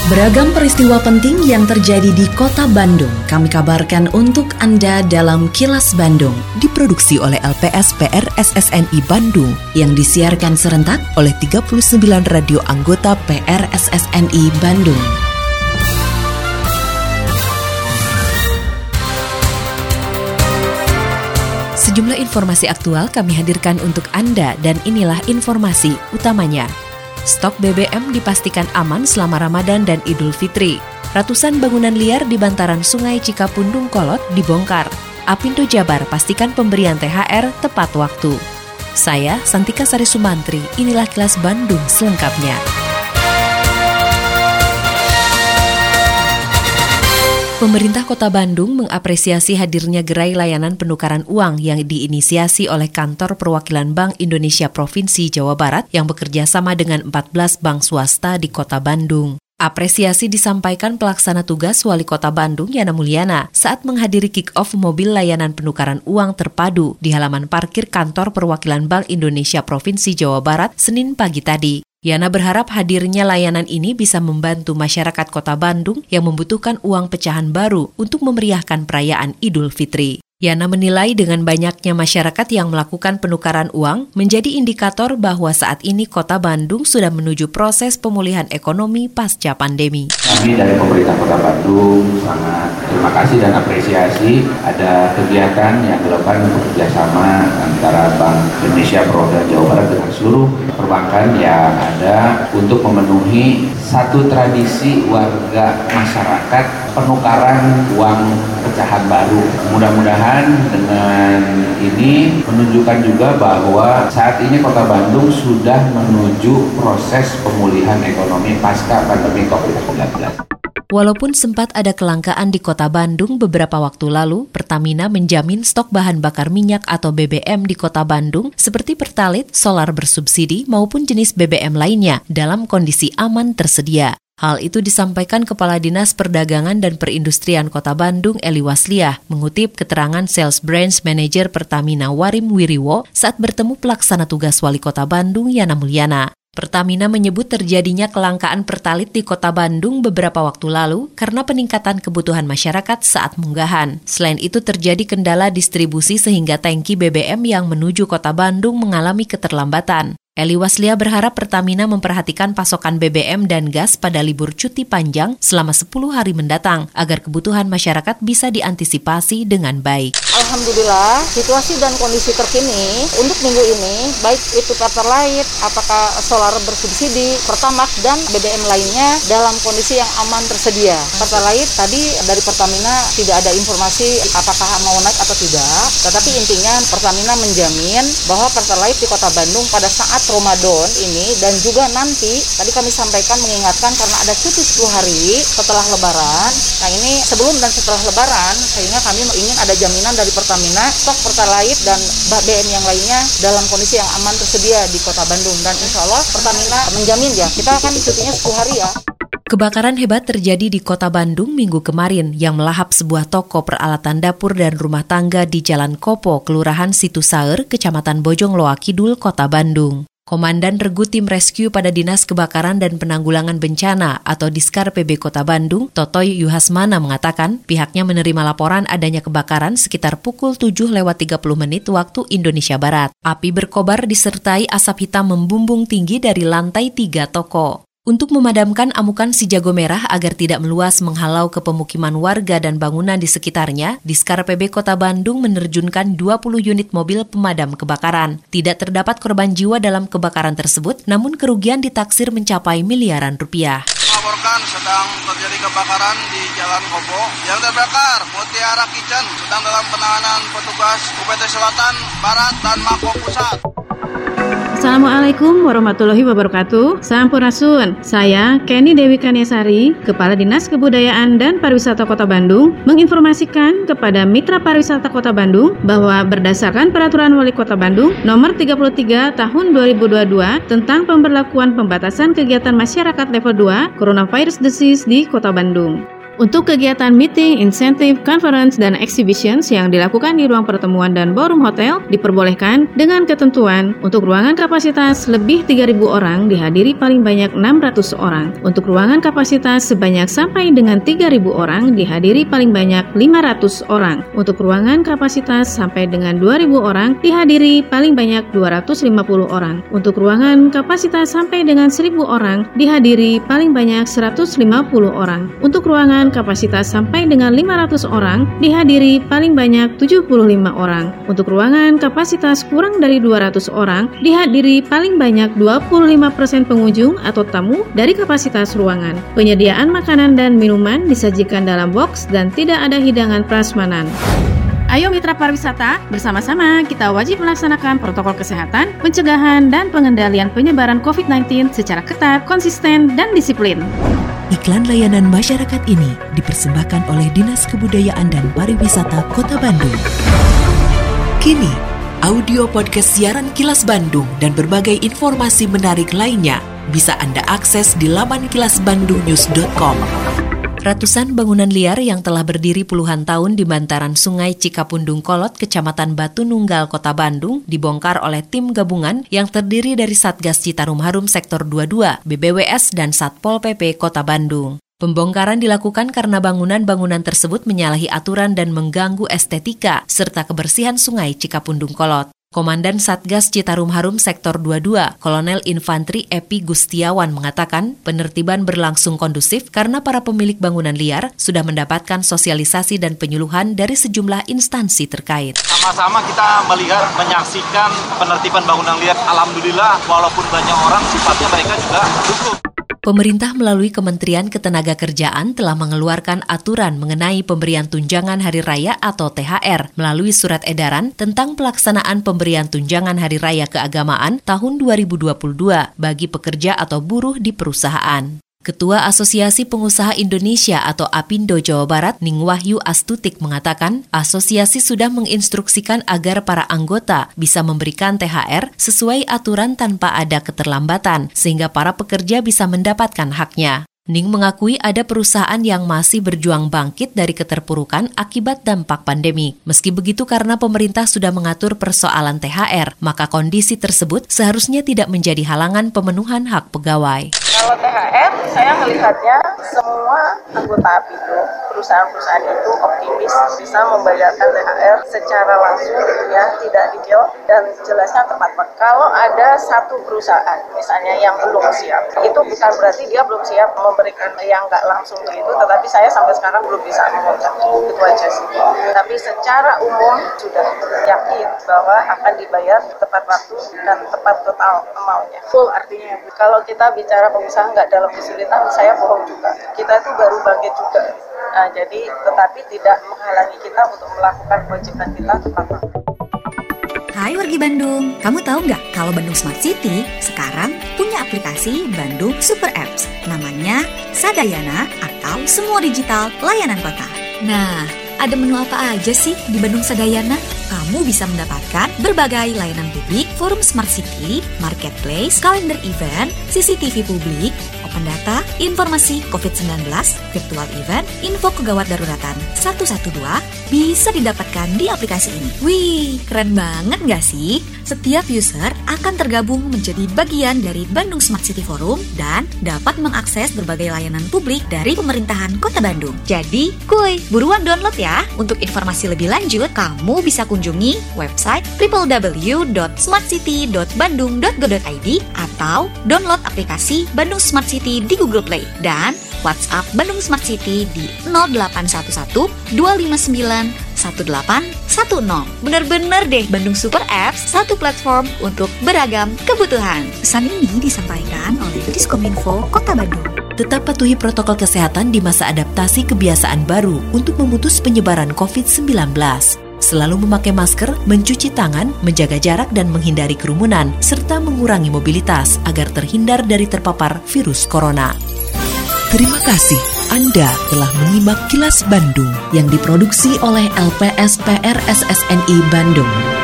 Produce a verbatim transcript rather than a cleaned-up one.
Beragam peristiwa penting yang terjadi di Kota Bandung kami kabarkan untuk Anda dalam Kilas Bandung. Diproduksi oleh L P S P R S S N I Bandung yang disiarkan serentak oleh tiga puluh sembilan radio anggota P R S S N I Bandung. Sejumlah informasi aktual kami hadirkan untuk Anda dan inilah informasi utamanya. Stok B B M dipastikan aman selama Ramadan dan Idul Fitri. Ratusan bangunan liar di bantaran Sungai Cikapundung Kolot dibongkar. Apindo Jabar pastikan pemberian T H R tepat waktu. Saya Santika Sari Sumantri, inilah Kilas Bandung selengkapnya. Pemerintah Kota Bandung mengapresiasi hadirnya gerai layanan penukaran uang yang diinisiasi oleh Kantor Perwakilan Bank Indonesia Provinsi Jawa Barat yang bekerja sama dengan empat belas bank swasta di Kota Bandung. Apresiasi disampaikan pelaksana tugas Wali Kota Bandung Yana Mulyana saat menghadiri kick-off mobil layanan penukaran uang terpadu di halaman parkir Kantor Perwakilan Bank Indonesia Provinsi Jawa Barat Senin pagi tadi. Yana berharap hadirnya layanan ini bisa membantu masyarakat Kota Bandung yang membutuhkan uang pecahan baru untuk memeriahkan perayaan Idul Fitri. Yana menilai dengan banyaknya masyarakat yang melakukan penukaran uang menjadi indikator bahwa saat ini Kota Bandung sudah menuju proses pemulihan ekonomi pasca pandemi. Kami dari pemerintah Kota Bandung sangat terima kasih dan apresiasi ada kegiatan yang dilakukan bekerjasama antara Bank Indonesia Provinsi Jawa Barat dengan seluruh perbankan yang ada untuk memenuhi satu tradisi warga masyarakat penukaran uang pecahan baru. Mudah-mudahan dengan ini menunjukkan juga bahwa saat ini Kota Bandung sudah menuju proses pemulihan ekonomi pasca pandemi covid sembilan belas. Walaupun sempat ada kelangkaan di Kota Bandung beberapa waktu lalu, Pertamina menjamin stok bahan bakar minyak atau B B M di Kota Bandung seperti Pertalite, solar bersubsidi maupun jenis B B M lainnya dalam kondisi aman tersedia. Hal itu disampaikan Kepala Dinas Perdagangan dan Perindustrian Kota Bandung Eli Wasliah mengutip keterangan Sales Branch Manager Pertamina Warim Wiriwo saat bertemu pelaksana tugas Wali Kota Bandung Yana Mulyana. Pertamina menyebut terjadinya kelangkaan Pertalite di Kota Bandung beberapa waktu lalu karena peningkatan kebutuhan masyarakat saat munggahan. Selain itu terjadi kendala distribusi sehingga tangki B B M yang menuju Kota Bandung mengalami keterlambatan. Eli Wasliah berharap Pertamina memperhatikan pasokan B B M dan gas pada libur cuti panjang selama sepuluh hari mendatang agar kebutuhan masyarakat bisa diantisipasi dengan baik. Alhamdulillah, situasi dan kondisi terkini untuk minggu ini, baik itu Pertalite, apakah solar bersubsidi, Pertamax, dan B B M lainnya dalam kondisi yang aman tersedia. Pertalite tadi dari Pertamina tidak ada informasi apakah mau naik atau tidak, tetapi intinya Pertamina menjamin bahwa Pertalite di Kota Bandung pada saat Ramadan ini dan juga nanti tadi kami sampaikan mengingatkan karena ada cuti sepuluh hari setelah Lebaran. Nah ini sebelum dan setelah Lebaran sehingga kami ingin ada jaminan dari Pertamina stok Pertalite dan B M yang lainnya dalam kondisi yang aman tersedia di Kota Bandung dan insya Allah Pertamina menjamin ya kita akan cutinya sepuluh hari ya. Kebakaran hebat terjadi di Kota Bandung minggu kemarin yang melahap sebuah toko peralatan dapur dan rumah tangga di Jalan Kopo, Kelurahan Situsaeur, Kecamatan Bojongloa Kidul, Kota Bandung. Komandan Regu Tim Rescue pada Dinas Kebakaran dan Penanggulangan Bencana atau Diskar P B Kota Bandung, Totoy Yuhasmana mengatakan pihaknya menerima laporan adanya kebakaran sekitar pukul tujuh lewat tiga puluh menit waktu Indonesia Barat. Api berkobar disertai asap hitam membumbung tinggi dari lantai tiga toko. Untuk memadamkan amukan si jago merah agar tidak meluas menghalau ke pemukiman warga dan bangunan di sekitarnya, Diskar P B Kota Bandung menerjunkan dua puluh unit mobil pemadam kebakaran. Tidak terdapat korban jiwa dalam kebakaran tersebut, namun kerugian ditaksir mencapai miliaran rupiah. Melaporkan sedang terjadi kebakaran di Jalan Kopo. Yang terbakar Mutiara Kitchen sedang dalam penanganan petugas U P T Selatan, Barat, dan Mako Pusat. Assalamualaikum warahmatullahi wabarakatuh. Sampurasun. Saya Kenny Dewi Kaniasari, Kepala Dinas Kebudayaan dan Pariwisata Kota Bandung, menginformasikan kepada Mitra Pariwisata Kota Bandung bahwa berdasarkan Peraturan Wali Kota Bandung Nomor tiga puluh tiga Tahun dua ribu dua puluh dua tentang pemberlakuan pembatasan kegiatan masyarakat level dua Coronavirus Disease di Kota Bandung. Untuk kegiatan meeting, insentif, conference, dan exhibitions yang dilakukan di ruang pertemuan dan ballroom hotel diperbolehkan dengan ketentuan untuk ruangan kapasitas lebih tiga ribu orang dihadiri paling banyak enam ratus orang. Untuk ruangan kapasitas sebanyak sampai dengan tiga ribu orang dihadiri paling banyak lima ratus orang. Untuk ruangan kapasitas sampai dengan dua ribu orang dihadiri paling banyak dua ratus lima puluh orang. Untuk ruangan kapasitas sampai dengan seribu orang dihadiri paling banyak seratus lima puluh orang. Untuk ruangan kapasitas sampai dengan lima ratus orang dihadiri paling banyak tujuh puluh lima orang. Untuk ruangan kapasitas kurang dari dua ratus orang dihadiri paling banyak dua puluh lima persen pengunjung atau tamu dari kapasitas ruangan. Penyediaan makanan dan minuman disajikan dalam box dan tidak ada hidangan prasmanan. Ayo mitra pariwisata, bersama-sama kita wajib melaksanakan protokol kesehatan, pencegahan, dan pengendalian penyebaran covid sembilan belas secara ketat, konsisten, dan disiplin. Iklan layanan masyarakat ini dipersembahkan oleh Dinas Kebudayaan dan Pariwisata Kota Bandung. Kini, audio podcast siaran Kilas Bandung dan berbagai informasi menarik lainnya bisa Anda akses di laman kilas bandung news dot com. Ratusan bangunan liar yang telah berdiri puluhan tahun di bantaran Sungai Cikapundung Kolot, Kecamatan Batu Nunggal, Kota Bandung, dibongkar oleh tim gabungan yang terdiri dari Satgas Citarum Harum Sektor dua puluh dua, B B W S, dan Satpol P P Kota Bandung. Pembongkaran dilakukan karena bangunan-bangunan tersebut menyalahi aturan dan mengganggu estetika serta kebersihan Sungai Cikapundung Kolot. Komandan Satgas Citarum Harum Sektor dua puluh dua, Kolonel Infantri Epi Gustiawan mengatakan penertiban berlangsung kondusif karena para pemilik bangunan liar sudah mendapatkan sosialisasi dan penyuluhan dari sejumlah instansi terkait. Sama-sama kita melihat, menyaksikan penertiban bangunan liar. Alhamdulillah, walaupun banyak orang, sifatnya mereka juga dukung. Pemerintah melalui Kementerian Ketenagakerjaan telah mengeluarkan aturan mengenai pemberian tunjangan hari raya atau T H R melalui surat edaran tentang pelaksanaan pemberian tunjangan hari raya keagamaan tahun dua ribu dua puluh dua bagi pekerja atau buruh di perusahaan. Ketua Asosiasi Pengusaha Indonesia atau APindo Jawa Barat, Ning Wahyu Astutik mengatakan, asosiasi sudah menginstruksikan agar para anggota bisa memberikan T H R sesuai aturan tanpa ada keterlambatan, sehingga para pekerja bisa mendapatkan haknya. Ning mengakui ada perusahaan yang masih berjuang bangkit dari keterpurukan akibat dampak pandemi. Meski begitu, karena pemerintah sudah mengatur persoalan T H R, maka kondisi tersebut seharusnya tidak menjadi halangan pemenuhan hak pegawai. Kalau T H R, saya melihatnya semua anggota APindo, perusahaan-perusahaan itu optimis bisa membayarkan T H R secara langsung, ya, tidak dicil dan jelasnya tepat waktu. Kalau ada satu perusahaan, misalnya yang belum siap, itu bukan berarti dia belum siap memberikan yang nggak langsung begitu, tetapi saya sampai sekarang belum bisa mengungkap, itu aja sih. Tapi secara umum sudah yakin bahwa akan dibayar tepat waktu dan tepat total amount-nya. Full artinya, kalau kita bicara pengusaha nggak dalam kesulitan, saya bohong juga. Kita itu baru bangkit juga. Nah, jadi tetapi tidak menghalangi kita untuk melakukan kewajiban kita tepat waktu. Hai wargi Bandung, kamu tahu nggak kalau Bandung Smart City sekarang punya aplikasi Bandung Super Apps, namanya Sadayana atau Semua Digital Layanan Kota. Nah, ada menu apa aja sih di Bandung Sadayana? Kamu bisa mendapatkan berbagai layanan publik, forum Smart City, marketplace, kalender event, C C T V publik, open data, informasi covid sembilan belas, virtual event, info kegawat daruratan satu satu dua bisa didapatkan di aplikasi ini. Wih, keren banget gak sih? Setiap user akan tergabung menjadi bagian dari Bandung Smart City Forum dan dapat mengakses berbagai layanan publik dari pemerintahan Kota Bandung. Jadi, kuy, buruan download ya. Untuk informasi lebih lanjut, kamu bisa kunjungi website w w w dot smart city dot bandung dot go dot i d atau download aplikasi Bandung Smart City di Google Play dan WhatsApp Bandung Smart City di nol delapan satu satu dua lima sembilan satu delapan satu nol. Bener-bener deh Bandung Super Apps, satu platform untuk beragam kebutuhan. Pesan ini disampaikan oleh Diskominfo Kota Bandung. Tetap patuhi protokol kesehatan di masa adaptasi kebiasaan baru untuk memutus penyebaran covid sembilan belas. Selalu memakai masker, mencuci tangan, menjaga jarak dan menghindari kerumunan, serta mengurangi mobilitas agar terhindar dari terpapar virus corona. Terima kasih Anda telah menyimak Kilas Bandung yang diproduksi oleh L P S P R S S N I Bandung.